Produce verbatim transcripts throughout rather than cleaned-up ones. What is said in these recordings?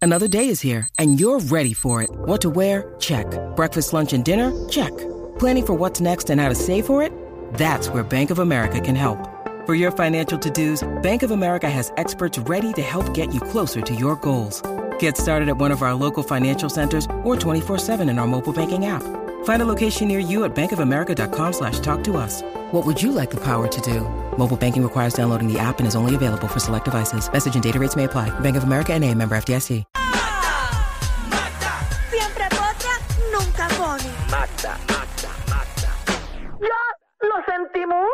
Another day is here, and you're ready for it. What to wear? Check. Breakfast, lunch, and dinner? Check. Planning for what's next and how to save for it? That's where Bank of America can help. For your financial to-dos, Bank of America has experts ready to help get you closer to your goals. Get started at one of our local financial centers or twenty-four seven in our mobile banking app. Find a location near you at bankofamerica.com slash talk to us. What would you like the power to do? Mobile banking requires downloading the app and is only available for select devices. Message and data rates may apply. Bank of America N A, member F D I C. Siempre potra, nunca pone. Magda, Magda, Magda. ¡Ya lo sentimos!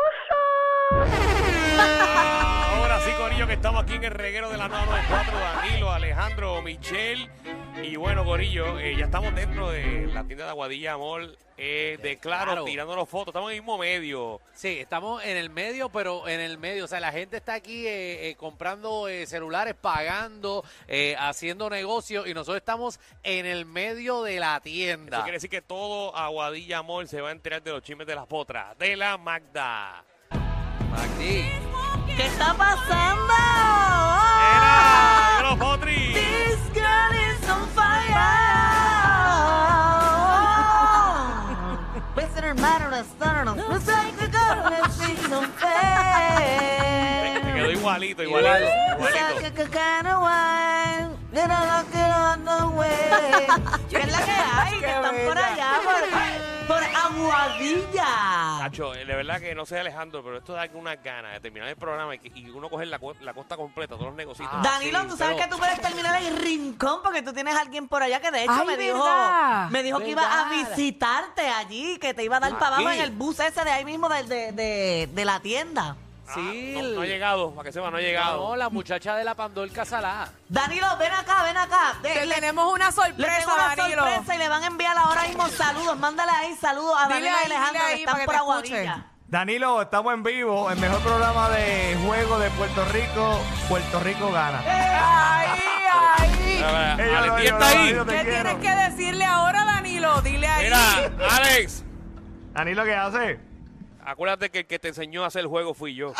Ahora sí, Corillo, que estamos aquí en el reguero de la nueve noventa y cuatro, Danilo, Alejandro, Michelle. Y bueno, Corillo, eh, ya estamos dentro de la tienda de Aguadilla Mall, eh, de Claro, Claro. tirándonos fotos. Estamos en el mismo medio. Sí, estamos en el medio, pero en el medio. O sea, la gente está aquí eh, eh, comprando eh, celulares, pagando, eh, haciendo negocios, y nosotros estamos en el medio de la tienda. Eso quiere decir que todo Aguadilla Mall se va a enterar de los chismes de las potras, de la Magda. Magdi. ¿Qué está pasando? ¡Era! ¡De los potris! This girl is on fire. Listener matter, a stunner, looks like the girl that she's on fire. Te quedó igualito, igualito, igualito. ¿Qué es la que hay? Que están por allá, por, por Aguadilla. Nacho, de verdad que no sé, Alejandro, pero esto da algunas ganas de terminar el programa y, que- y uno coger la, co- la costa completa, todos los negocios. Ah, Danilo, sí, tú sabes pero- que tú puedes terminar en Rincón porque tú tienes a alguien por allá que de hecho Ay, me dijo, ¿verdad? me dijo que iba a ¿Verdad? visitarte allí, que te iba a dar para abajo Aquí. en el bus ese de ahí mismo de, de, de, de la tienda. Ah, Sí. no, no ha llegado, para que sepa, no ha llegado. No, la muchacha de la Pandorca Salá. Danilo, ven acá, ven acá. De- Te le, tenemos una le tengo sorpresa, una Danilo. sorpresa y le van a enviar ahora mismo saludos. Mándale ahí saludos a Dile Danilo y ahí, Alejandro dile ahí que están para que por te Aguadilla. escuchen. Danilo, estamos en vivo, el mejor programa de juego de Puerto Rico. Puerto Rico gana. Ay, ay. Mira, mira, Ellos lo- Alex, ellos está lo- ahí. ellos te ¿Qué quiero. tienes que decirle ahora, Danilo? Dile ahí. Mira, Alex, Danilo, ¿qué hace? acuérdate que el que te enseñó a hacer el juego fui yo.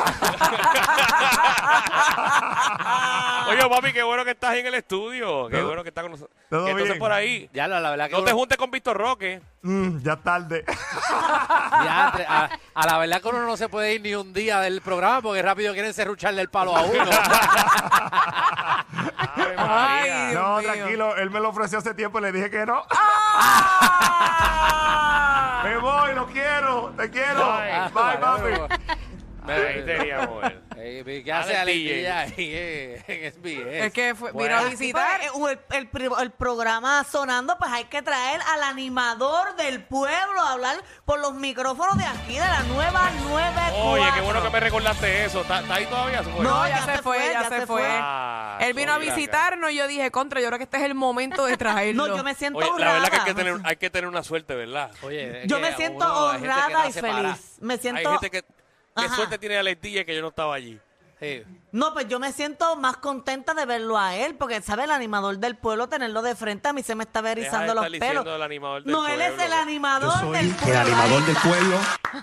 Oye, papi, qué bueno que estás ahí en el estudio. Qué Todo- bueno que estás con nosotros. todo Que Entonces bien. por ahí, Ya, la, la verdad que no te uno- juntes con Víctor Roque. Mm, ya es tarde. ya, entre- a, a la verdad que uno no se puede ir ni un día del programa porque rápido quieren serrucharle el palo a uno. Ave María. Ay, Dios No, mío. tranquilo, él me lo ofreció hace tiempo y le dije que no. Ah. Me voy, lo quiero, te quiero. Ay, Bye, papi. Ahí teníamos él. Ey, ¿Qué hace Alex Alex D J. Díaz ahí eh, en S B S? Es que fue- vino Bueno. a visitar. Sí, pues, el, el pri- el programa sonando, pues hay que traer al animador del pueblo a hablar por los micrófonos de aquí, de la nueva nueve cuatro. Oye, qué bueno que me recordaste eso. ¿Está, está ahí todavía? ¿Se fue? No, No, ya, se fue, ya, se fue. Ah, Él vino a sorry, visitarnos y yo dije, contra, yo creo que este es el momento de traerlo. No, yo me siento Oye, la honrada. verdad que hay que tener, hay que tener una suerte, ¿verdad? Oye, es Yo que me a siento uno, hay gente que honrada y nace para- feliz. Me siento... Hay gente que... ¿Qué Ajá. suerte tiene Alex Díaz que yo no estaba allí? Sí. No, pues yo me siento más contenta de verlo a él, porque, ¿sabe? El animador del pueblo, tenerlo de frente, a mí se me está Deja de erizando los estar diciendo pelos. el animador del No, él es pueblo. el animador Yo soy del pueblo. el animador del pueblo.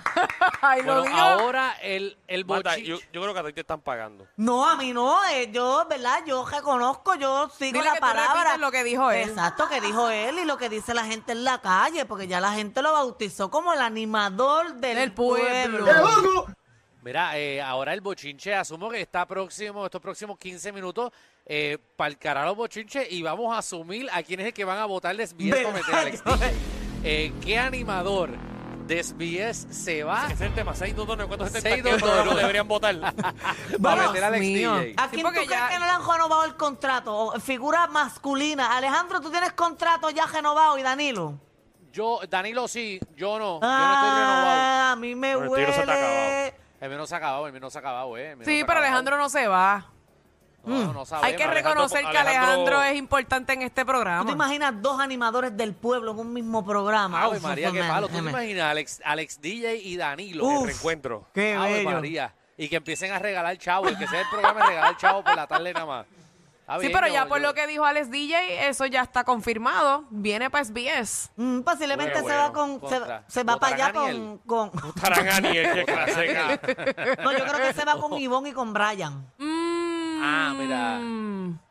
Ay, lo Bueno, digo. ahora el, el Marta, bochinche. yo, yo creo que a ti te están pagando. No, a mí no, eh, yo, ¿verdad? Yo reconozco, yo sigo Dile la que tú palabra. repites lo que dijo él. Exacto, que dijo él y lo que dice la gente en la calle, porque ya la gente lo bautizó como el animador del, Del pueblo. pueblo. Mira, eh, ahora el bochinche, asumo que está próximo, estos próximos quince minutos, eh, para el carajo los bochinches, y vamos a asumir a quién es el que van a votar de S B S para meter a Alex D J. Eh, ¿Qué animador de S B S se va Ese es el tema. seis dos dos nueve cuatro siete seis ¿Qué dos dos programa nueve. deberían votar? para meter a Alex mío. D J? ¿A Sí, quién porque tú crees ya- que no le han renovado el contrato? O figura masculina. Alejandro, ¿tú tienes contrato ya renovado y Danilo? Yo, Danilo sí, yo no, yo no estoy renovado. Ah, a mí me Bueno, el tiro se te ha huele. El mío no se ha acabado, el mío no se ha acabado, eh. el mío no se Sí, ha pero acabado. Alejandro no se va. No, no sabemos. Hay que Alejandro- reconocer que Alejandro- Alejandro es importante en este ¿Tú te programa. imaginas dos animadores del pueblo en un mismo programa? Ave Uf, María, qué me- palo. ¿Tú te me- imaginas Alex, Alex D J y Danilo? Uf. El reencuentro. Qué Ave bello. María. Y que empiecen a regalar chavo, y que sea el programa de regalar chavo por la tarde nada más. Está Sí, bien, pero yo- ya por yo- lo que dijo Alex D J, eso ya está confirmado. Viene para S B S. Mm, posiblemente Bueno, se va bueno, con se, contra. se va para allá ¿Votarán a con, Aniel? con Estarán Aniel, qué clase. no, yo creo que se va con Ivonne y con Brian. Mm, Ah, mira.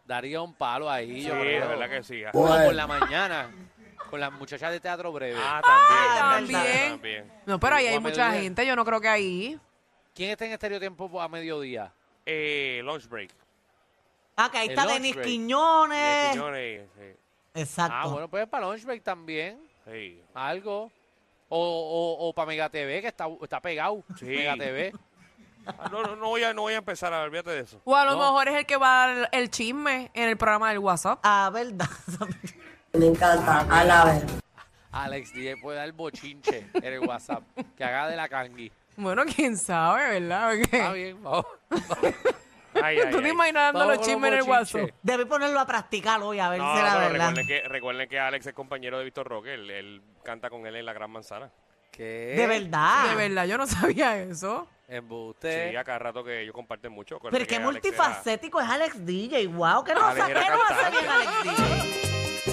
Daría un palo ahí, Sí, yo de creo. verdad que sí. Como por la mañana, con las muchachas de teatro breve. Ah, también. Ah, también. también. No, pero ahí O hay a mucha mediodía. gente, yo no creo que ahí. ¿Quién está en Estereotiempo a mediodía? Eh, lunch break. Ah, que ahí El está lunch Denis break. Quiñones. Quiñones, sí, Exacto. Ah, bueno, pues para Lunch Break también, sí. algo. O, o, o para Mega T V, que está, está pegado. Sí. Mega T V. Ah, No, no, no, voy a, no voy a empezar, a olvídate de eso. O a lo No. mejor es el que va a dar el chisme en el programa del WhatsApp. Ah, verdad. Me encanta, a la vez. Alex D J puede dar bochinche en el WhatsApp. Que haga de la cangui. Bueno, quién sabe, ¿verdad? Porque Está bien, vamos. Ay, ay, tú te ay. imaginas dando Vamos los con chismes en el bochinches. WhatsApp. Debí ponerlo a practicar hoy, a ver No, si era no, verdad. recuerden que, recuerden que Alex es compañero de Víctor Roque. Él, él canta con él en La Gran Manzana. ¿Qué? De verdad. De verdad, yo no sabía eso. Embuste. Sí, a cada rato que ellos comparten mucho. Pero Acuérdate qué que Alex multifacético es Alex D J. Wow, ¿qué nos, Alex hace, era ¿qué nos hace cantante. bien Alex D J?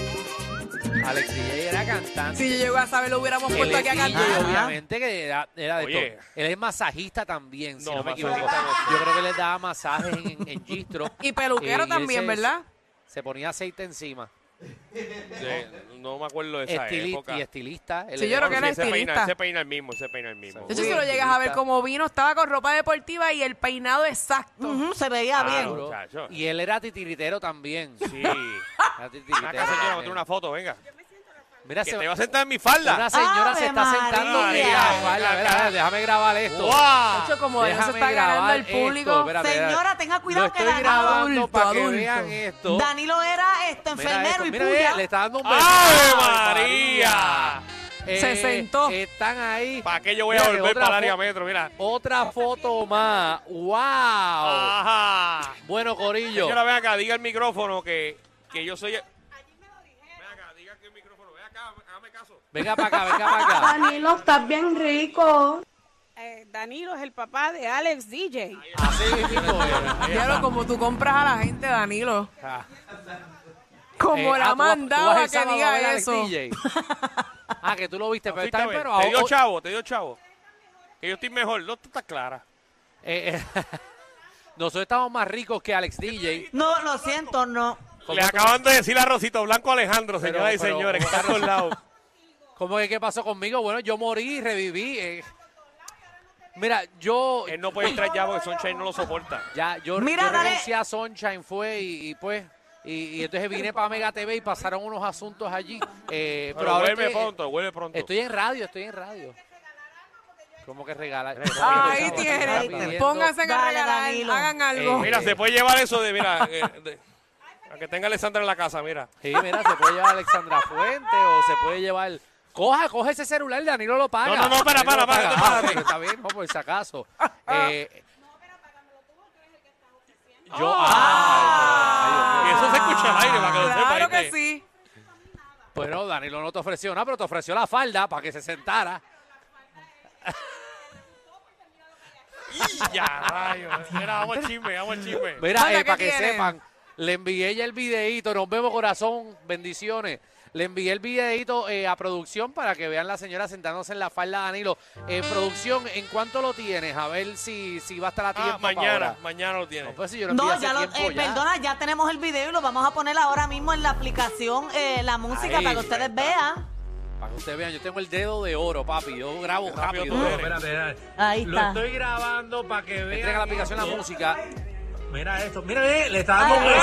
Alex D J era cantante. Si yo llego a saber, lo hubiéramos Él puesto es aquí a D J, cantar. obviamente que era, era de Oye. todo. Él es masajista también, si No, no, me equivoco. masajista no sé. Yo creo que le daba masajes en, en, en gistro. Y peluquero Eh, y él también, se- ¿verdad? Se ponía aceite encima. De- no me acuerdo de esa Estili- época. y estilista. Él Sí, era- yo creo que Sí, era ese peina, estilista. ese peina el mismo, ese peina el mismo. De hecho, si lo llegas a ver como vino, estaba con ropa deportiva y el peinado exacto. Ujú, se veía Claro. bien. Seguro. muchacho. Y él era titiritero también. Sí. Era titiritero Acá, señora, también. monté una foto, venga. Mira, Que se- te va a sentar en mi falda. una señora ¡Ave se está sentando. María! Mira, vaya, mira, mira, déjame grabar esto. ¡Wow! De hecho, como él no se Déjame está ganando grabar el público. esto, espérate, Señora, espérate. tenga cuidado Lo que estoy Danilo- grabando adulto, para que adulto. vean esto. Danilo era este Mira enfermero esto, y mira, puya. mira, le está dando un beso. ¡Ave María! Se sentó. Están ahí. ¿Para qué yo voy a Mira, que volver otra para el área fo- metro? Mira. Otra foto más. ¡Wow! Ajá. Bueno, Corillo. Señora, ven acá, diga el micrófono que, que yo soy... Ven acá, diga aquí el micrófono. Ven acá, hágame caso. Venga para acá, venga para acá. Danilo, estás bien rico. Eh, Danilo es el papá de Alex D J. Así mismo es. Diablo, como tú compras a la gente, Danilo. Ah. Como Eh, la ah, ha tú vas- tú mandado vas a el que sábado a diga ver a Alex eso. D J. Ah, que tú lo viste, pero Fuiste está a ver. pero Te dio ahora- chavo, te dio chavo. Que yo estoy mejor. No, tú estás clara. eh, eh, nosotros estamos más ricos que Alex D J. No, lo siento, no. Le acaban de decir a Rosito Blanco Alejandro, Pero- señoras y pero- señores, que está a todos lados. ¿Cómo que qué pasó conmigo? Bueno, yo morí y reviví. eh. Mira, yo Él no puede entrar ya porque Sunshine no lo soporta. ya yo, Mira, yo dale. renuncié a Sunshine fue y, y pues y, y entonces vine para Mega T V y pasaron unos asuntos allí. Eh, pero Pero ahora vuelve estoy, pronto, vuelve pronto. estoy en radio, estoy en radio. ¿Cómo que regala? Ahí Está tiene. pidiendo- Pónganse a Dale, regalar, Danilo. hagan algo. Eh, Mira, se puede llevar eso de, mira, eh, de- a que tenga Alessandra en la casa, mira. Sí, mira, se puede llevar Alexandra Fuente o se puede llevar... Coja, coge ese celular, Danilo lo paga. No, no, no, para, Danilo para, lo para, paga. para, Ah, para. pero está bien, no, por si acaso. Eh, yo... Ah. ay, Y eso se escucha al aire para que lo sepa. Claro que ¿viste? sí. Bueno, Danilo no te ofreció nada, pero te ofreció la falda para que se sentara. Y ya, rayos. Mira, vamos al chisme, vamos al chisme. Mira, Manda, eh, ¿qué para que tiene? sepan, le envié ya el videíto. Nos vemos, corazón. Bendiciones. Le envié el videíto eh, a producción para que vean la señora sentándose en la falda de Danilo. Eh, producción, ¿en cuánto lo tienes? A ver si, si va a estar a tiempo Ah, para mañana, ahora. mañana lo tiene. No, pues si yo lo envié No, hace ya lo, tiempo eh, ya. perdona, ya tenemos el video y lo vamos a poner ahora mismo en la aplicación, eh, la música, Ahí, para que ustedes ahí está. vean. Para que ustedes vean, yo tengo el dedo de oro, papi. Yo grabo Qué rápido rápido. tú eres. Espérate, espérate. Ahí Lo está. estoy grabando para que vean. Entrega la aplicación la esto. música. Mira esto, mira, eh, le está dando un Ay, beso.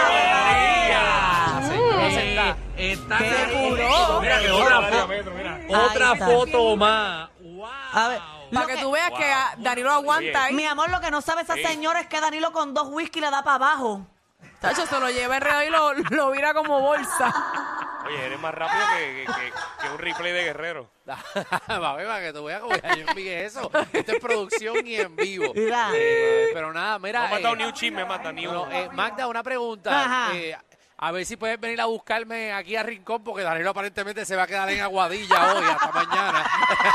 La señora Eh, sentada. está ¡Qué caliente. puro! Mira que otra, fo- otra está. foto más. Wow. A ver, Para lo que que- tú veas que ah, Danilo aguanta ahí. Mi amor, lo que no sabe esa Sí. señora es que Danilo con dos whisky le da para abajo. Tacho, se lo lleva alrededor y lo, lo vira como bolsa. Oye, eres más rápido que, que, que- que un replay de Guerrero. Va, para que tú veas cómo ya yo envié eso. Esto es producción y en vivo. Mira. Eh, pero nada, mira. No me ha matado eh, ni un chisme, mata ni no, un... eh, Magda, una pregunta. Ajá. Eh, a ver si puedes venir a buscarme aquí a Rincón, porque Danilo aparentemente se va a quedar en Aguadilla hoy, hasta mañana.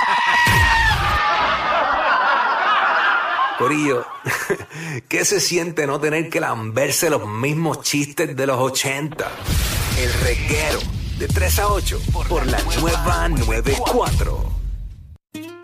Corillo, ¿qué se siente no tener que lamberse los mismos chistes de los ochenta? El reguero de tres a ocho por la nueva noventa y cuatro.